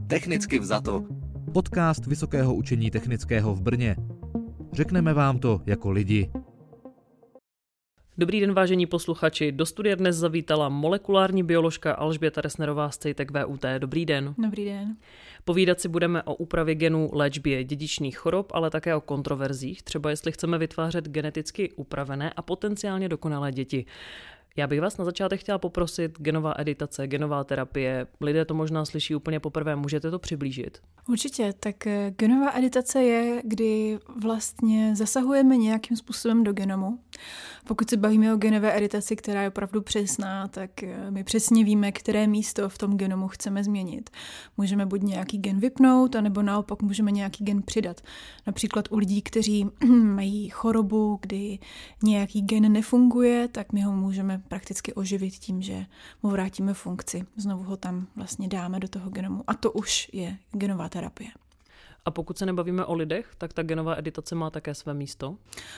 Technicky vzato. Podcast Vysokého učení technického v Brně. Řekneme vám to jako lidi. Dobrý den, vážení posluchači. Do studia dnes zavítala molekulární bioložka Alžběta Resnerová z CEJTEC VUT. Dobrý den. Dobrý den. Povídat si budeme o úpravě genů, léčbě dědičných chorob, ale také o kontroverzích, třeba jestli chceme vytvářet geneticky upravené a potenciálně dokonalé děti. Já bych vás na začátek chtěla poprosit, genová editace, genová terapie, lidé to možná slyší úplně poprvé, můžete to přiblížit? Určitě, tak genová editace je, kdy vlastně zasahujeme nějakým způsobem do genomu. Pokud se bavíme o genové editaci, která je opravdu přesná, tak my přesně víme, které místo v tom genomu chceme změnit. Můžeme buď nějaký gen vypnout, anebo naopak můžeme nějaký gen přidat. Například u lidí, kteří mají chorobu, kdy nějaký gen nefunguje, tak my ho můžeme prakticky oživit tím, že mu vrátíme funkci. Znovu ho tam vlastně dáme do toho genomu. A to už je genová terapie. A pokud se nebavíme o lidech, tak ta genová editace má také své místo?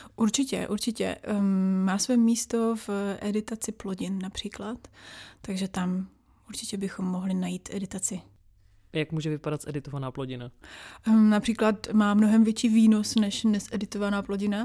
Určitě. Má své místo v editaci plodin například, takže tam určitě bychom mohli najít editaci. Jak může vypadat editovaná plodina? Například má mnohem větší výnos než editovaná plodina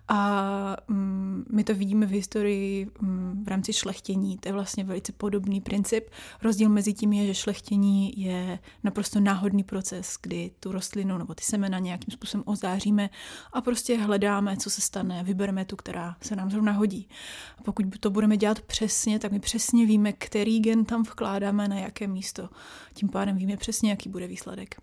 a my to vidíme v historii v rámci šlechtění. To je vlastně velice podobný princip. Rozdíl mezi tím je, že šlechtění je naprosto náhodný proces, kdy tu rostlinu nebo ty semena nějakým způsobem ozáříme a prostě hledáme, co se stane, vybereme tu, která se nám zrovna hodí. A pokud to budeme dělat přesně, tak my přesně víme, který gen tam vkládáme na jaké místo. Tím pádem víme přesně, jaký bude výsledek.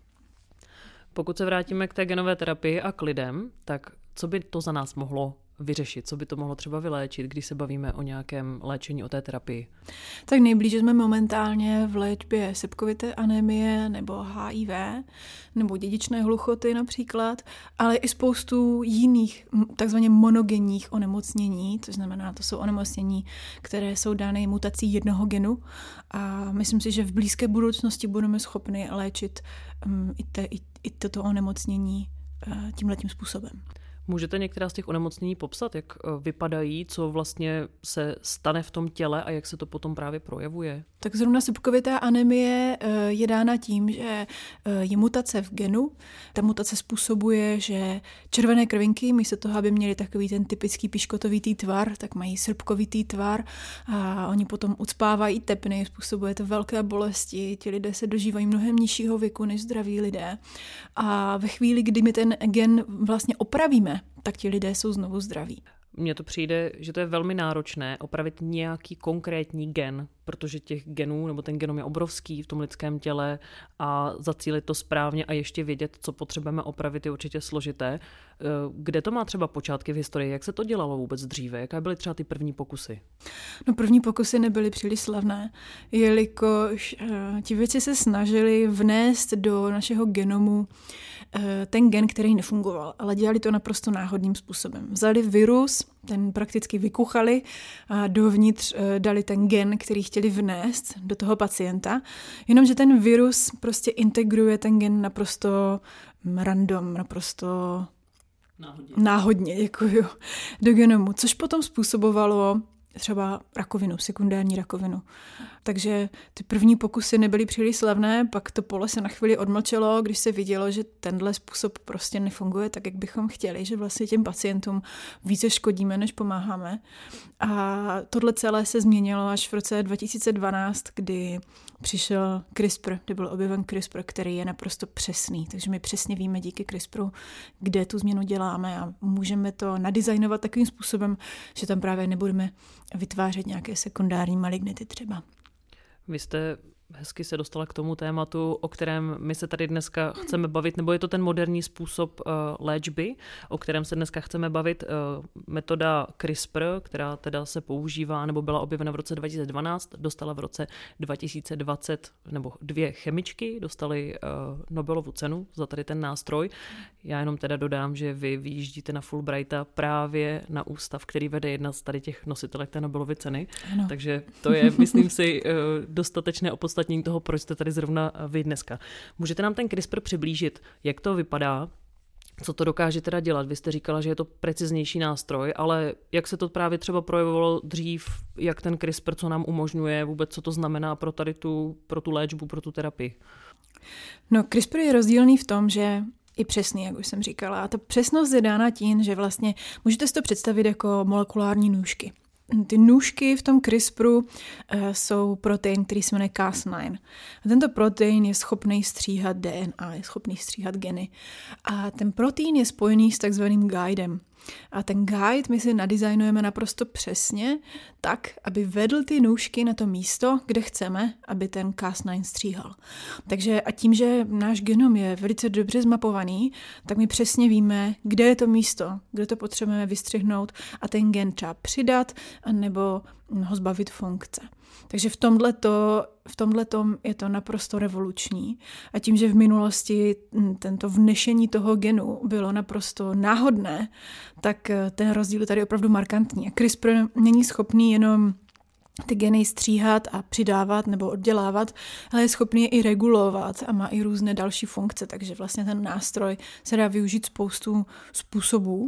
Pokud se vrátíme k té genové terapii a k lidem, tak co by to za nás mohlo vyřešit? Co by to mohlo třeba vyléčit, když se bavíme o nějakém léčení, o té terapii? Tak nejblíže jsme momentálně v léčbě sipkovité anémie nebo HIV, nebo dědičné hluchoty například, ale i spoustu jiných takzvaně monogenních onemocnění, to znamená, to jsou onemocnění, které jsou dány mutací jednoho genu a myslím si, že v blízké budoucnosti budeme schopni léčit i toto onemocnění tímhletím způsobem. Můžete některá z těch onemocnění popsat, jak vypadají, co vlastně se stane v tom těle a jak se to potom právě projevuje? Tak zrovna sipkovitá anémie je dána tím, že je mutace v genu. Ta mutace způsobuje, že červené krvinky, místo toho, aby měli takový ten typický piškotovitý tvar, tak mají srpkovitý tvar a oni potom ucpávají tepny, způsobuje to velké bolesti, ti lidé se dožívají mnohem nižšího věku než zdraví lidé. A ve chvíli, kdy my ten gen vlastně opravíme, tak ti lidé jsou znovu zdraví. Mně to přijde, že to je velmi náročné opravit nějaký konkrétní gen, protože těch genů, nebo ten genom je obrovský v tom lidském těle a zacílit to správně a ještě vědět, co potřebujeme opravit, je určitě složité. Kde to má třeba počátky v historii? Jak se to dělalo vůbec dříve? Jaké byly třeba ty první pokusy? No, první pokusy nebyly příliš slavné, jelikož ti vědci se snažili vnést do našeho genomu ten gen, který nefungoval, ale dělali to naprosto náhodným způsobem. Vzali virus, ten prakticky vykuchali a dovnitř dali ten gen, který chtěli vnést do toho pacienta, jenomže ten virus prostě integruje ten gen naprosto random, naprosto náhodně, děkuju, do genomu, což potom způsobovalo třeba rakovinu, sekundární rakovinu. Takže ty první pokusy nebyly příliš slavné, pak to pole se na chvíli odmlčelo, když se vidělo, že tenhle způsob prostě nefunguje tak, jak bychom chtěli, že vlastně těm pacientům více škodíme, než pomáháme. A tohle celé se změnilo až v roce 2012, kdy přišel CRISPR, kdy byl objeven CRISPR, který je naprosto přesný. Takže my přesně víme díky CRISPRu, kde tu změnu děláme a můžeme to nadizajnovat takovým způsobem, že tam právě nebudeme vytvářet nějaké sekundární malignity třeba. Vy jste hezky se dostala k tomu tématu, o kterém my se tady dneska chceme bavit, nebo je to ten moderní způsob léčby, o kterém se dneska chceme bavit, metoda CRISPR, která teda se používá, nebo byla objevena v roce 2012, dostala v roce 2020, nebo 2 chemičky dostaly Nobelovu cenu za tady ten nástroj. Já jenom teda dodám, že vy vyjíždíte na Fulbrighta právě na ústav, který vede jedna z tady těch nositelek té Nobelovy ceny, ano. Takže to je, myslím si, dostatečné opodstatnění toho, proč jste tady zrovna vy dneska. Můžete nám ten CRISPR přiblížit, jak to vypadá Co to dokáže teda dělat? Vy jste říkala, že je to preciznější nástroj, ale jak se to právě třeba projevovalo dřív, jak ten CRISPR, co nám umožňuje, vůbec co to znamená pro tu léčbu, pro tu terapii? No, CRISPR je rozdílný v tom, že i přesný, jak už jsem říkala. A ta přesnost je dána tím, že vlastně můžete si to představit jako molekulární nůžky. Ty nůžky v tom CRISPRu jsou protein, který se jmenuje Cas9. A tento protein je schopný stříhat DNA, je schopný stříhat geny. A ten protein je spojený s takzvaným guidem. A ten guide my si nadizajnujeme naprosto přesně tak, aby vedl ty nůžky na to místo, kde chceme, aby ten Cas9 stříhal. Takže a tím, že náš genom je velice dobře zmapovaný, tak my přesně víme, kde je to místo, kde to potřebujeme vystřihnout a ten gen třeba přidat nebo ho zbavit funkce. Takže v tomhletom je to naprosto revoluční. A tím, že v minulosti tento vnešení toho genu bylo naprosto náhodné, tak ten rozdíl je tady opravdu markantní. A CRISPR není schopný jenom ty geny stříhat a přidávat nebo oddělávat, ale je schopný je i regulovat a má i různé další funkce, takže vlastně ten nástroj se dá využít spoustu způsobů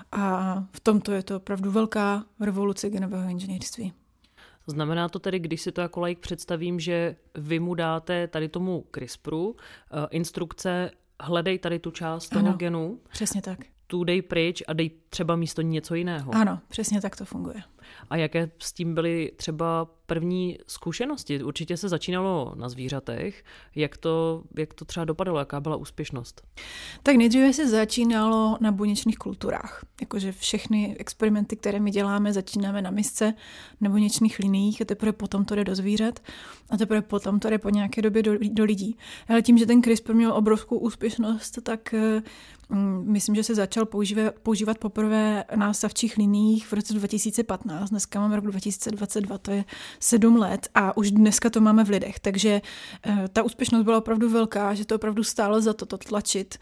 a v tomto je to opravdu velká revoluce genového inženýrství. Znamená to tedy, když si to jako laik představím, že vy mu dáte tady tomu CRISPRu instrukce, hledej tady tu část toho genu. Přesně tak. Tu dej pryč a dej třeba místo něco jiného. Ano, přesně tak to funguje. A jaké s tím byly třeba první zkušenosti? Určitě se začínalo na zvířatech. Jak to třeba dopadalo? Jaká byla úspěšnost? Tak nejdříve se začínalo na buněčných kulturách. Jakože všechny experimenty, které my děláme, začínáme na misce na buněčných liniích a teprve potom to jde do zvířat a teprve potom to jde po nějaké době do lidí. Ale tím, že ten CRISPR měl obrovskou úspěšnost, tak myslím, že se začal používat poprvé na savčích liniích v roce 2015. Dneska máme rok 2022, to je 7 let a už dneska to máme v lidech. Takže ta úspěšnost byla opravdu velká, že to opravdu stálo za to tlačit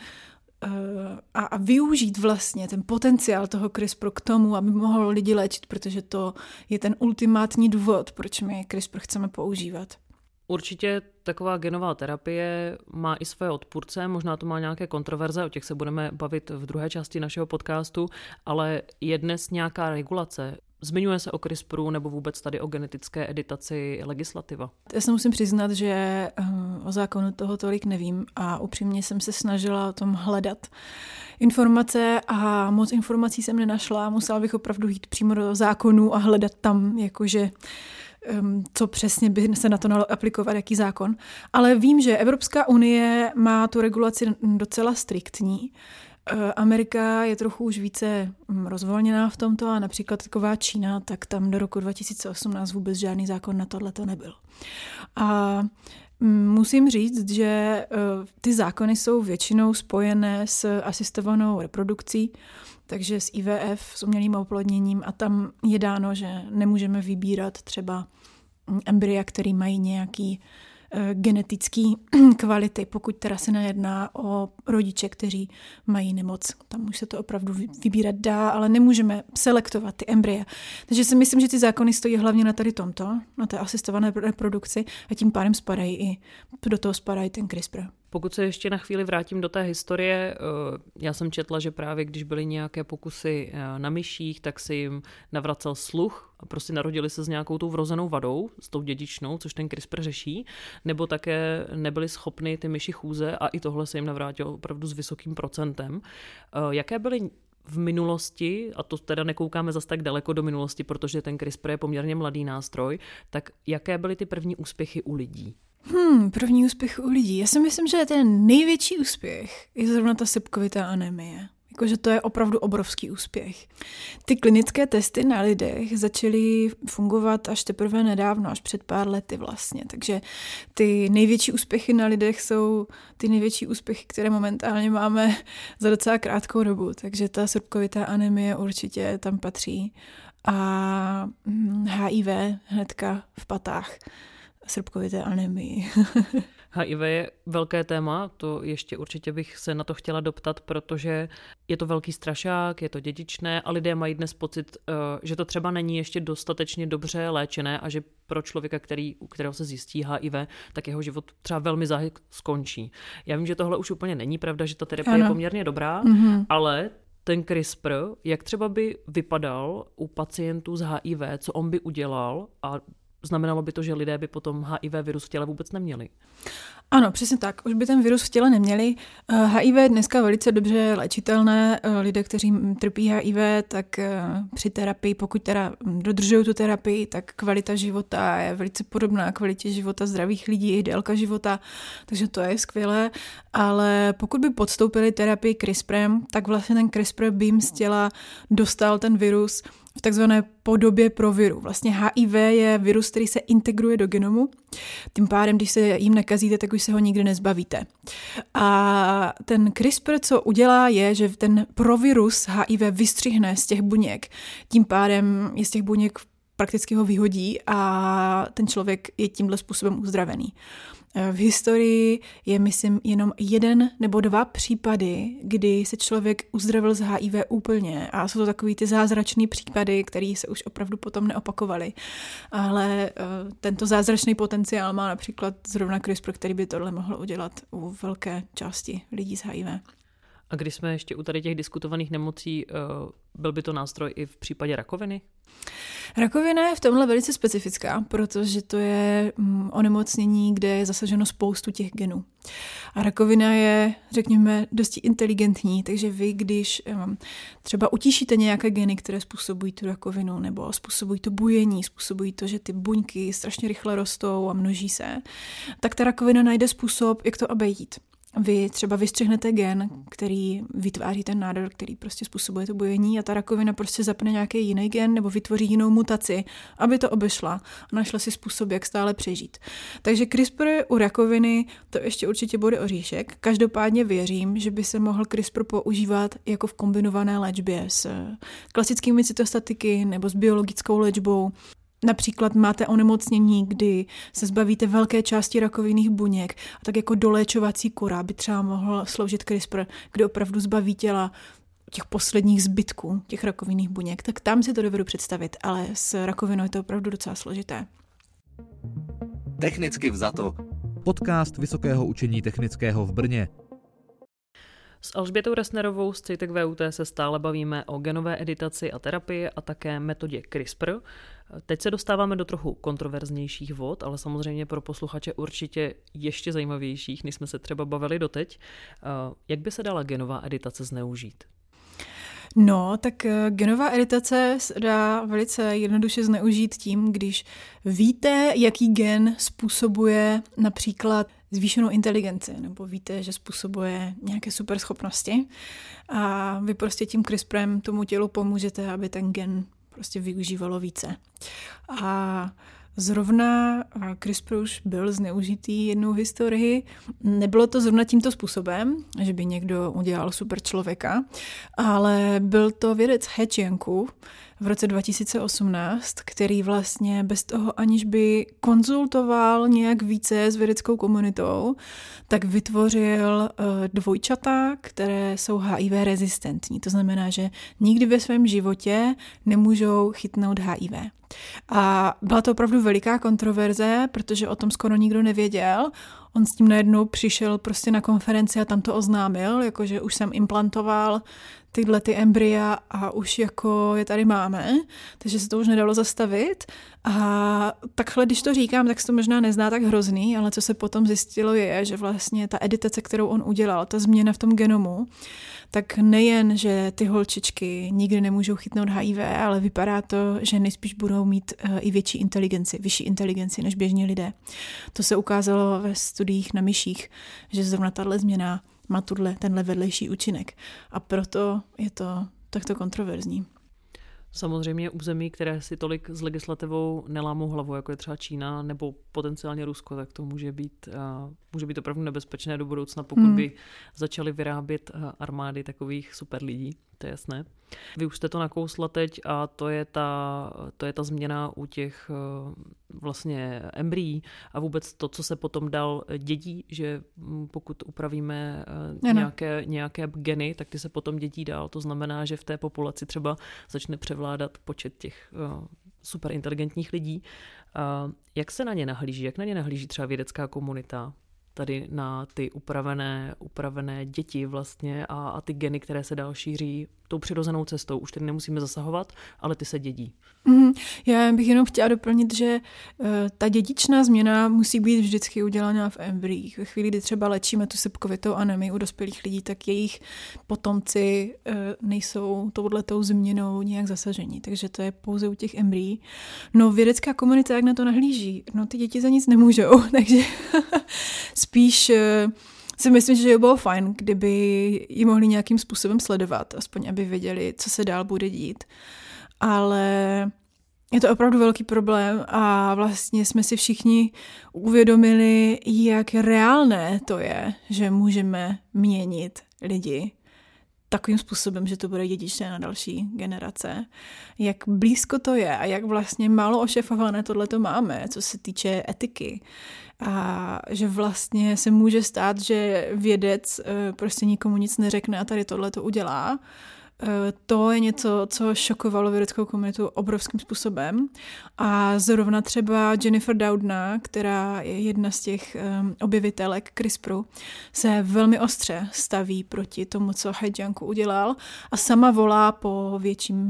a využít vlastně ten potenciál toho CRISPRu k tomu, aby mohl lidi léčit, protože to je ten ultimátní důvod, proč my CRISPR chceme používat. Určitě taková genová terapie má i své odpůrce, možná to má nějaké kontroverze, o těch se budeme bavit v druhé části našeho podcastu, ale je dnes nějaká regulace? Zmiňuje se o CRISPRu nebo vůbec tady o genetické editaci legislativa? Já se musím přiznat, že o zákonu toho tolik nevím a upřímně jsem se snažila o tom hledat informace a moc informací jsem nenašla. Musela bych opravdu jít přímo do zákonů a hledat tam, jakože co přesně by se na to dalo aplikovat, jaký zákon. Ale vím, že Evropská unie má tu regulaci docela striktní. Amerika je trochu už více rozvolněná v tomto a například taková Čína, tak tam do roku 2018 vůbec žádný zákon na tohleto nebyl. A musím říct, že ty zákony jsou většinou spojené s asistovanou reprodukcí, takže s IVF, s umělým oplodněním a tam je dáno, že nemůžeme vybírat třeba embrya, který mají nějaký genetický kvality, pokud teda se nejedná o rodiče, kteří mají nemoc. Tam už se to opravdu vybírat dá, ale nemůžeme selektovat ty embrya. Takže si myslím, že ty zákony stojí hlavně na tady tomto, na té asistované reprodukci a tím pádem do toho spadají ten CRISPR. Pokud se ještě na chvíli vrátím do té historie, já jsem četla, že právě když byly nějaké pokusy na myších, tak si jim navracel sluch a prostě narodili se s nějakou tou vrozenou vadou, s tou dědičnou, což ten CRISPR řeší, nebo také nebyli schopni ty myši chůze a i tohle se jim navrátilo opravdu s vysokým procentem. Jaké byly v minulosti, a to teda nekoukáme zas tak daleko do minulosti, protože ten CRISPR je poměrně mladý nástroj, tak jaké byly ty první úspěchy u lidí? První úspěch u lidí. Já si myslím, že ten největší úspěch je zrovna ta srpkovitá anémie. Jakože to je opravdu obrovský úspěch. Ty klinické testy na lidech začaly fungovat až teprve nedávno, až před pár lety vlastně. Takže ty největší úspěchy na lidech jsou ty největší úspěchy, které momentálně máme za docela krátkou dobu. Takže ta srpkovitá anémie určitě tam patří. A HIV hnedka v patách srpkovité anémii. HIV je velké téma, to ještě určitě bych se na to chtěla doptat, protože je to velký strašák, je to dědičné a lidé mají dnes pocit, že to třeba není ještě dostatečně dobře léčené a že pro člověka, u kterého se zjistí HIV, tak jeho život třeba velmi záhy skončí. Já vím, že tohle už úplně není pravda, že ta terapie je poměrně dobrá, ale ten CRISPR, jak třeba by vypadal u pacientů s HIV, co on by udělal a znamenalo by to, že lidé by potom HIV virus v těle vůbec neměli? Ano, přesně tak. Už by ten virus v těle neměli. HIV je dneska velice dobře léčitelné. Lidé, kteří trpí HIV, tak při terapii, pokud teda dodržují tu terapii, tak kvalita života je velice podobná kvalitě života zdravých lidí, i délka života, takže to je skvělé. Ale pokud by podstoupili terapii CRISPRem, tak vlastně ten CRISPR by jim z těla dostal ten virus v takzvané podobě proviru. Vlastně HIV je virus, který se integruje do genomu. Tím pádem, když se jim nakazíte, tak už se ho nikdy nezbavíte. A ten CRISPR, co udělá, je, že ten provirus HIV vystřihne z těch buněk. Tím pádem je z těch buněk prakticky ho vyhodí a ten člověk je tímhle způsobem uzdravený. V historii je, myslím, jenom 1 nebo 2 případy, kdy se člověk uzdravil z HIV úplně a jsou to takový ty zázračný případy, které se už opravdu potom neopakovaly. Ale tento zázračný potenciál má například zrovna CRISPR, který by tohle mohl udělat u velké části lidí s HIV. A když jsme ještě u tady těch diskutovaných nemocí, byl by to nástroj i v případě rakoviny? Rakovina je v tomhle velice specifická, protože to je onemocnění, kde je zasaženo spoustu těch genů. A rakovina je, řekněme, dosti inteligentní, takže vy, když třeba utíšíte nějaké geny, které způsobují tu rakovinu, nebo způsobují to bujení, způsobují to, že ty buňky strašně rychle rostou a množí se, tak ta rakovina najde způsob, jak to obejít. Vy třeba vystřihnete gen, který vytváří ten nádor, který prostě způsobuje to bujení a ta rakovina prostě zapne nějaký jiný gen nebo vytvoří jinou mutaci, aby to obešla a našla si způsob, jak stále přežít. Takže CRISPR u rakoviny to ještě určitě bude oříšek. Každopádně věřím, že by se mohl CRISPR používat jako v kombinované léčbě s klasickými cytostatiky nebo s biologickou léčbou. Například máte onemocnění, kdy se zbavíte velké části rakovinných buněk a tak jako doléčovací kura by třeba mohl sloužit CRISPR, kdy opravdu zbaví těla těch posledních zbytků těch rakovinných buněk. Tak tam si to dovedu představit, ale s rakovinou je to opravdu docela složité. Technicky vzato. Podcast Vysokého učení technického v Brně. S Alžbětou Resnerovou z CEITEC VUT se stále bavíme o genové editaci a terapii a také metodě CRISPR. Teď se dostáváme do trochu kontroverznějších vod, ale samozřejmě pro posluchače určitě ještě zajímavějších, než jsme se třeba bavili doteď. Jak by se dala genová editace zneužít? No, tak genová editace se dá velice jednoduše zneužít tím, když víte, jaký gen způsobuje například zvýšenou inteligenci, nebo víte, že způsobuje nějaké superschopnosti a vy prostě tím CRISPRem tomu tělu pomůžete, aby ten gen prostě využívalo více. A zrovna CRISPR už byl zneužitý jednou v historii. Nebylo to zrovna tímto způsobem, že by někdo udělal super člověka, ale byl to vědec He Jianků v roce 2018, který vlastně bez toho, aniž by konzultoval nějak více s vědeckou komunitou, tak vytvořil dvojčata, které jsou HIV rezistentní. To znamená, že nikdy ve svém životě nemůžou chytnout HIV. A byla to opravdu veliká kontroverze, protože o tom skoro nikdo nevěděl. On s tím najednou přišel prostě na konferenci a tam to oznámil, jakože už jsem implantoval tyhle ty embrya a už jako je tady máme, takže se to už nedalo zastavit. A takhle, když to říkám, tak se to možná nezná tak hrozný, ale co se potom zjistilo je, že vlastně ta editace, kterou on udělal, ta změna v tom genomu, tak nejen, že ty holčičky nikdy nemůžou chytnout HIV, ale vypadá to, že nejspíš budou mít i vyšší inteligenci než běžní lidé. To se ukázalo ve studiích na myších, že zrovna tahle změna má tenhle vedlejší účinek. A proto je to takto kontroverzní. Samozřejmě území, které si tolik s legislativou nelámou hlavu, jako je třeba Čína nebo potenciálně Rusko, tak to může být opravdu nebezpečné do budoucna, pokud by začaly vyrábět armády takových super lidí. to je jasné. Vy už jste to nakousla teď a to je ta změna u těch vlastně embryí a vůbec to, co se potom dál dědí, že pokud upravíme nějaké geny, tak ty se potom dědí dál. To znamená, že v té populaci třeba začne převládat počet těch super inteligentních lidí. Jak se na ně nahlíží? Jak na ně nahlíží třeba vědecká komunita? Tady na ty upravené děti vlastně a ty geny, které se dál šíří tou přirozenou cestou. Už tedy nemusíme zasahovat, ale ty se dědí. Já bych jenom chtěla doplnit, že ta dědičná změna musí být vždycky udělaná v embryích. Ve chvíli, kdy třeba léčíme tu sepkovitou anemii u dospělých lidí, tak jejich potomci nejsou touhletou změnou nějak zasažení. Takže to je pouze u těch embryí. No vědecká komunita jak na to nahlíží? No ty děti za nic nemůžou, takže spíš si myslím, že by bylo fajn, kdyby ji mohli nějakým způsobem sledovat, aspoň aby věděli, co se dál bude dít. Ale je to opravdu velký problém a vlastně jsme si všichni uvědomili, jak reálné to je, že můžeme měnit lidi takovým způsobem, že to bude dědičné na další generace. Jak blízko to je a jak vlastně málo ošefované tohleto máme, co se týče etiky. A že vlastně se může stát, že vědec prostě nikomu nic neřekne a tady tohleto udělá. To je něco, co šokovalo vědeckou komunitu obrovským způsobem. A zrovna třeba Jennifer Doudna, která je jedna z těch objevitelek CRISPRu, se velmi ostře staví proti tomu, co He-Jianku udělal a sama volá po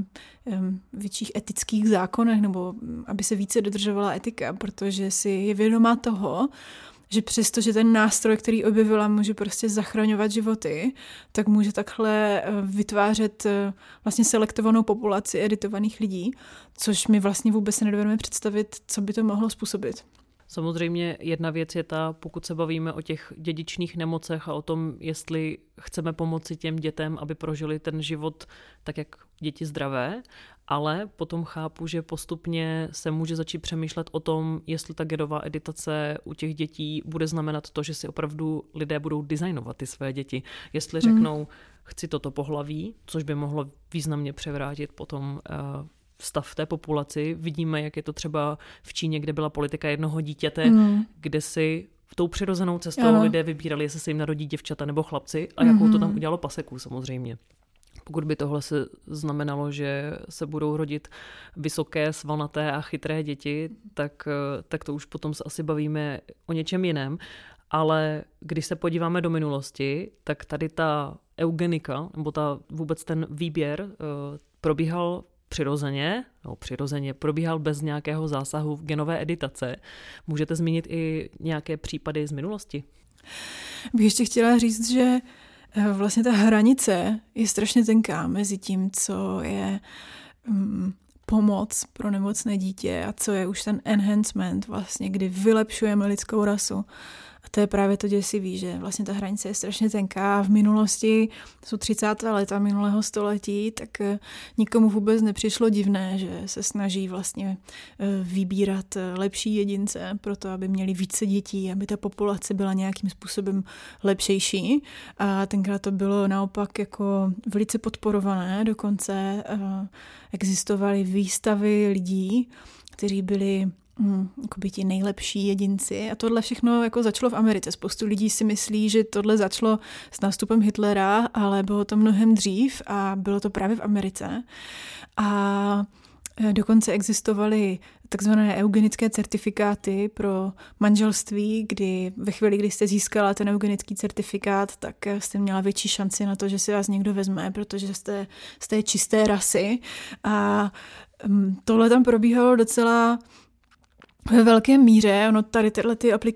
větších etických zákonech, nebo aby se více dodržovala etika, protože si je vědomá toho, že přesto, že ten nástroj, který objevila, může prostě zachraňovat životy, tak může takhle vytvářet vlastně selektovanou populaci editovaných lidí, což my vlastně vůbec se nedovedeme představit, co by to mohlo způsobit. Samozřejmě jedna věc je ta, pokud se bavíme o těch dědičných nemocech a o tom, jestli chceme pomoci těm dětem, aby prožili ten život tak, jak děti zdravé, ale potom chápu, že postupně se může začít přemýšlet o tom, jestli ta genová editace u těch dětí bude znamenat to, že si opravdu lidé budou designovat ty své děti. Jestli řeknou, chci toto pohlaví, což by mohlo významně převrátit potom stav v té populaci. Vidíme, jak je to třeba v Číně, kde byla politika jednoho dítěte, kde si v tou přirozenou cestou lidé vybírali, jestli se jim narodí děvčata nebo chlapci a jakou to tam udělalo paseku samozřejmě. Pokud by tohle se znamenalo, že se budou rodit vysoké, svalnaté a chytré děti, tak to už potom se asi bavíme o něčem jiném. Ale když se podíváme do minulosti, tak tady ta eugenika, nebo vůbec ten výběr probíhal přirozeně probíhal bez nějakého zásahu v genové editace. Můžete zmínit i nějaké případy z minulosti? Bych ještě chtěla říct, že vlastně ta hranice je strašně tenká mezi tím, co je pomoc pro nemocné dítě a co je už ten enhancement, vlastně, kdy vylepšujeme lidskou rasu. A to je právě to děsivý, že vlastně ta hranice je strašně tenká. V minulosti, jsou 30. léta minulého století, tak nikomu vůbec nepřišlo divné, že se snaží vlastně vybírat lepší jedince pro to, aby měli více dětí, aby ta populace byla nějakým způsobem lepšejší. A tenkrát to bylo naopak jako velice podporované, dokonce existovaly výstavy lidí, kteří byli jakoby ti nejlepší jedinci. A tohle všechno jako začalo v Americe. Spoustu lidí si myslí, že tohle začalo s nástupem Hitlera, ale bylo to mnohem dřív a bylo to právě v Americe. A dokonce existovaly takzvané eugenické certifikáty pro manželství, kdy ve chvíli, kdy jste získala ten eugenický certifikát, tak jste měla větší šanci na to, že si vás někdo vezme, protože jste z té čisté rasy. A tohle tam probíhalo docela ve velké míře. Ono tady tyhle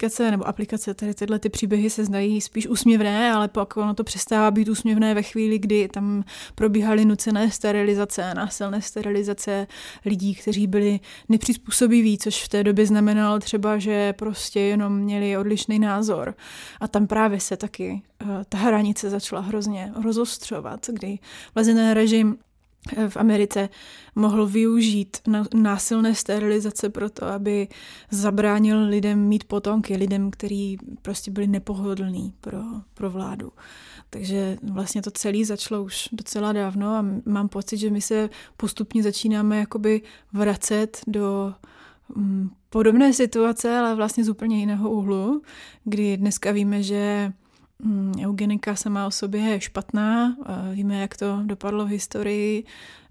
ty příběhy se znají spíš úsměvné, ale pak ono to přestává být úsměvné ve chvíli, kdy tam probíhaly nucené sterilizace, násilné sterilizace lidí, kteří byli nepřizpůsobiví, což v té době znamenalo třeba, že prostě jenom měli odlišný názor. A tam právě se taky ta hranice začala hrozně rozostřovat, kdy vlastně ten režim v Americe mohl využít násilné sterilizace pro to, aby zabránil lidem mít potomky, lidem, kteří prostě byli nepohodlní pro vládu. Takže vlastně to celé začalo už docela dávno a mám pocit, že my se postupně začínáme jakoby vracet do podobné situace, ale vlastně z úplně jiného úhlu, kdy dneska víme, že eugenika sama o sobě je špatná, víme, jak to dopadlo v historii,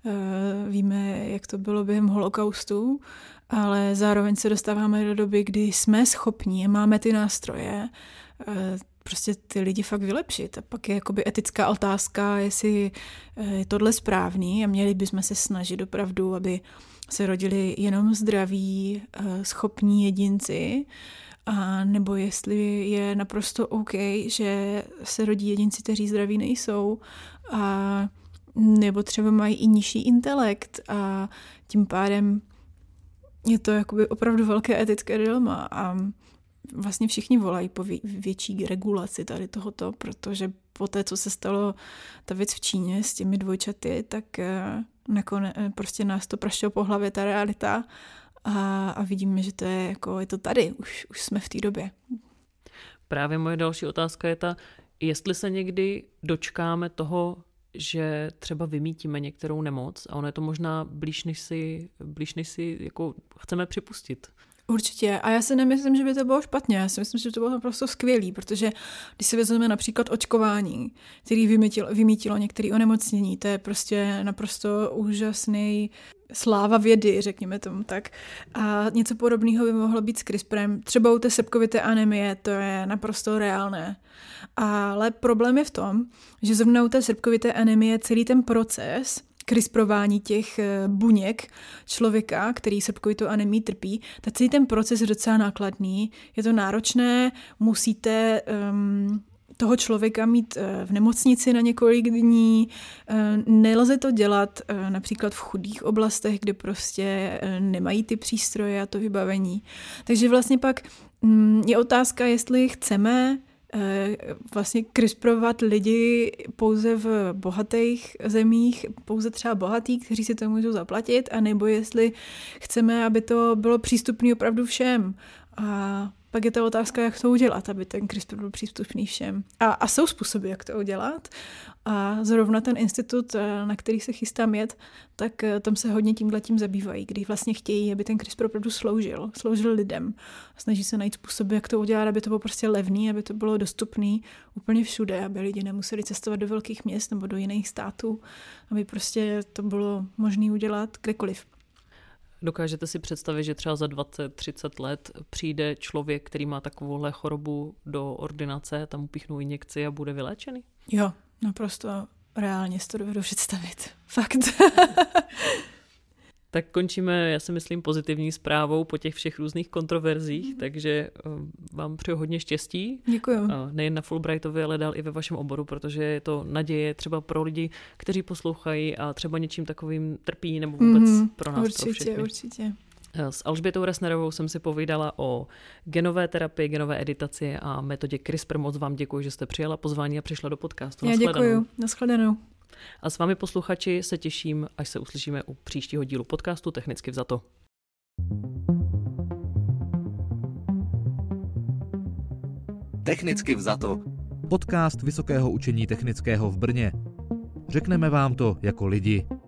víme, jak to bylo během holokaustu, ale zároveň se dostáváme do doby, kdy jsme schopni, máme ty nástroje, prostě ty lidi fakt vylepšit. A pak je jakoby etická otázka, jestli je tohle správný a měli bychom se snažit opravdu, aby se rodili jenom zdraví, schopní jedinci, a nebo jestli je naprosto OK, že se rodí jedinci, kteří zdraví nejsou, a nebo třeba mají i nižší intelekt a tím pádem je to jakoby opravdu velké etické dilema a vlastně všichni volají po větší regulaci tady tohoto, protože po té, co se stalo ta věc v Číně s těmi dvojčaty, tak nakonec prostě nás to prašilo po hlavě ta realita a vidíme, že to je jako, je to tady, už jsme v té době. Právě moje další otázka je ta, jestli se někdy dočkáme toho, že třeba vymítíme některou nemoc a ono je to možná blíž, než si jako chceme připustit. Určitě. A já si nemyslím, že by to bylo špatně. Já si myslím, že to bylo naprosto skvělý, protože když si vezmeme například očkování, který vymítilo některé onemocnění, to je prostě naprosto úžasný sláva vědy, řekněme tomu tak. A něco podobného by mohlo být s CRISPRem. Třeba u té sepkovité anemie, to je naprosto reálné. Ale problém je v tom, že zrovna u té sepkovité anemie celý ten proces CRISPrování těch buněk člověka, který sepkovitou anemii trpí, tak celý ten proces je docela nákladný, je to náročné, musíte toho člověka mít v nemocnici na několik dní, nelze to dělat například v chudých oblastech, kde prostě nemají ty přístroje a to vybavení. Takže vlastně pak je otázka, jestli chceme vlastně CRISProvat lidi pouze v bohatých zemích, pouze třeba bohatí, kteří si to můžou zaplatit, anebo jestli chceme, aby to bylo přístupné opravdu všem. A pak je ta otázka, jak to udělat, aby ten CRISPR byl přístupný všem. A jsou způsoby, jak to udělat. A zrovna ten institut, na který se chystám jet, tak tam se hodně tímhletím zabývají, kdy vlastně chtějí, aby ten CRISPR opravdu sloužil lidem. Snaží se najít způsoby, jak to udělat, aby to bylo prostě levný, aby to bylo dostupný úplně všude, aby lidi nemuseli cestovat do velkých měst nebo do jiných států, aby prostě to bylo možné udělat kdekoliv. Dokážete si představit, že třeba za 20-30 let přijde člověk, který má takovouhle chorobu do ordinace, tam upíchnou injekci a bude vyléčený? Jo, naprosto reálně si to dovedu představit. Fakt. Tak končíme, já si myslím, pozitivní zprávou po těch všech různých kontroverzích, takže vám přeju hodně štěstí. Děkuju. Nejen na Fulbrightově, ale dál i ve vašem oboru, protože je to naděje třeba pro lidi, kteří poslouchají a třeba něčím takovým trpí, nebo vůbec pro nás, pro všechny. Určitě. S Alžbětou Resnerovou jsem si povídala o genové terapii, genové editaci a metodě CRISPR. Moc vám děkuji, že jste přijala pozvání a přišla do podcastu. Já děkuji. Nashledanou. A s vámi posluchači se těším, až se uslyšíme u příštího dílu podcastu Technicky vzato. Technicky vzato. Podcast Vysokého učení technického v Brně. Řekneme vám to jako lidi.